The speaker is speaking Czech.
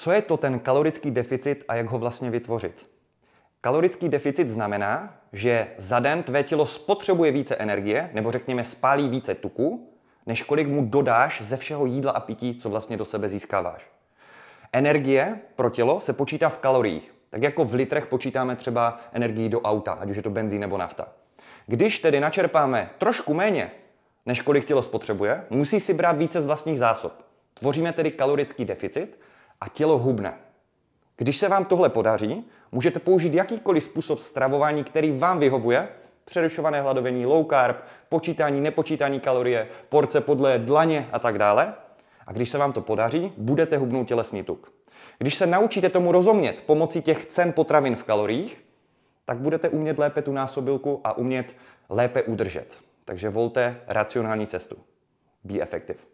Co je to ten kalorický deficit a jak ho vlastně vytvořit? Kalorický deficit znamená, že za den tvé tělo spotřebuje více energie, nebo řekněme spálí více tuku, než kolik mu dodáš ze všeho jídla a pití, co vlastně do sebe získáváš. Energie pro tělo se počítá v kaloriích, tak jako v litrech počítáme třeba energii do auta, ať už je to benzín nebo nafta. Když tedy načerpáme trošku méně, než kolik tělo spotřebuje, musí si brát více z vlastních zásob. Tvoříme tedy kalorický deficit a tělo hubne. Když se vám tohle podaří, můžete použít jakýkoliv způsob stravování, který vám vyhovuje, přerušované hladovění, low carb, počítání, nepočítání kalorie, porce podle dlaně a tak dále. A když se vám to podaří, budete hubnout tělesný tuk. Když se naučíte tomu rozumět pomocí těch cen potravin v kaloriích, tak budete umět lépe tu násobilku a umět lépe udržet. Takže volte racionální cestu. Be effective.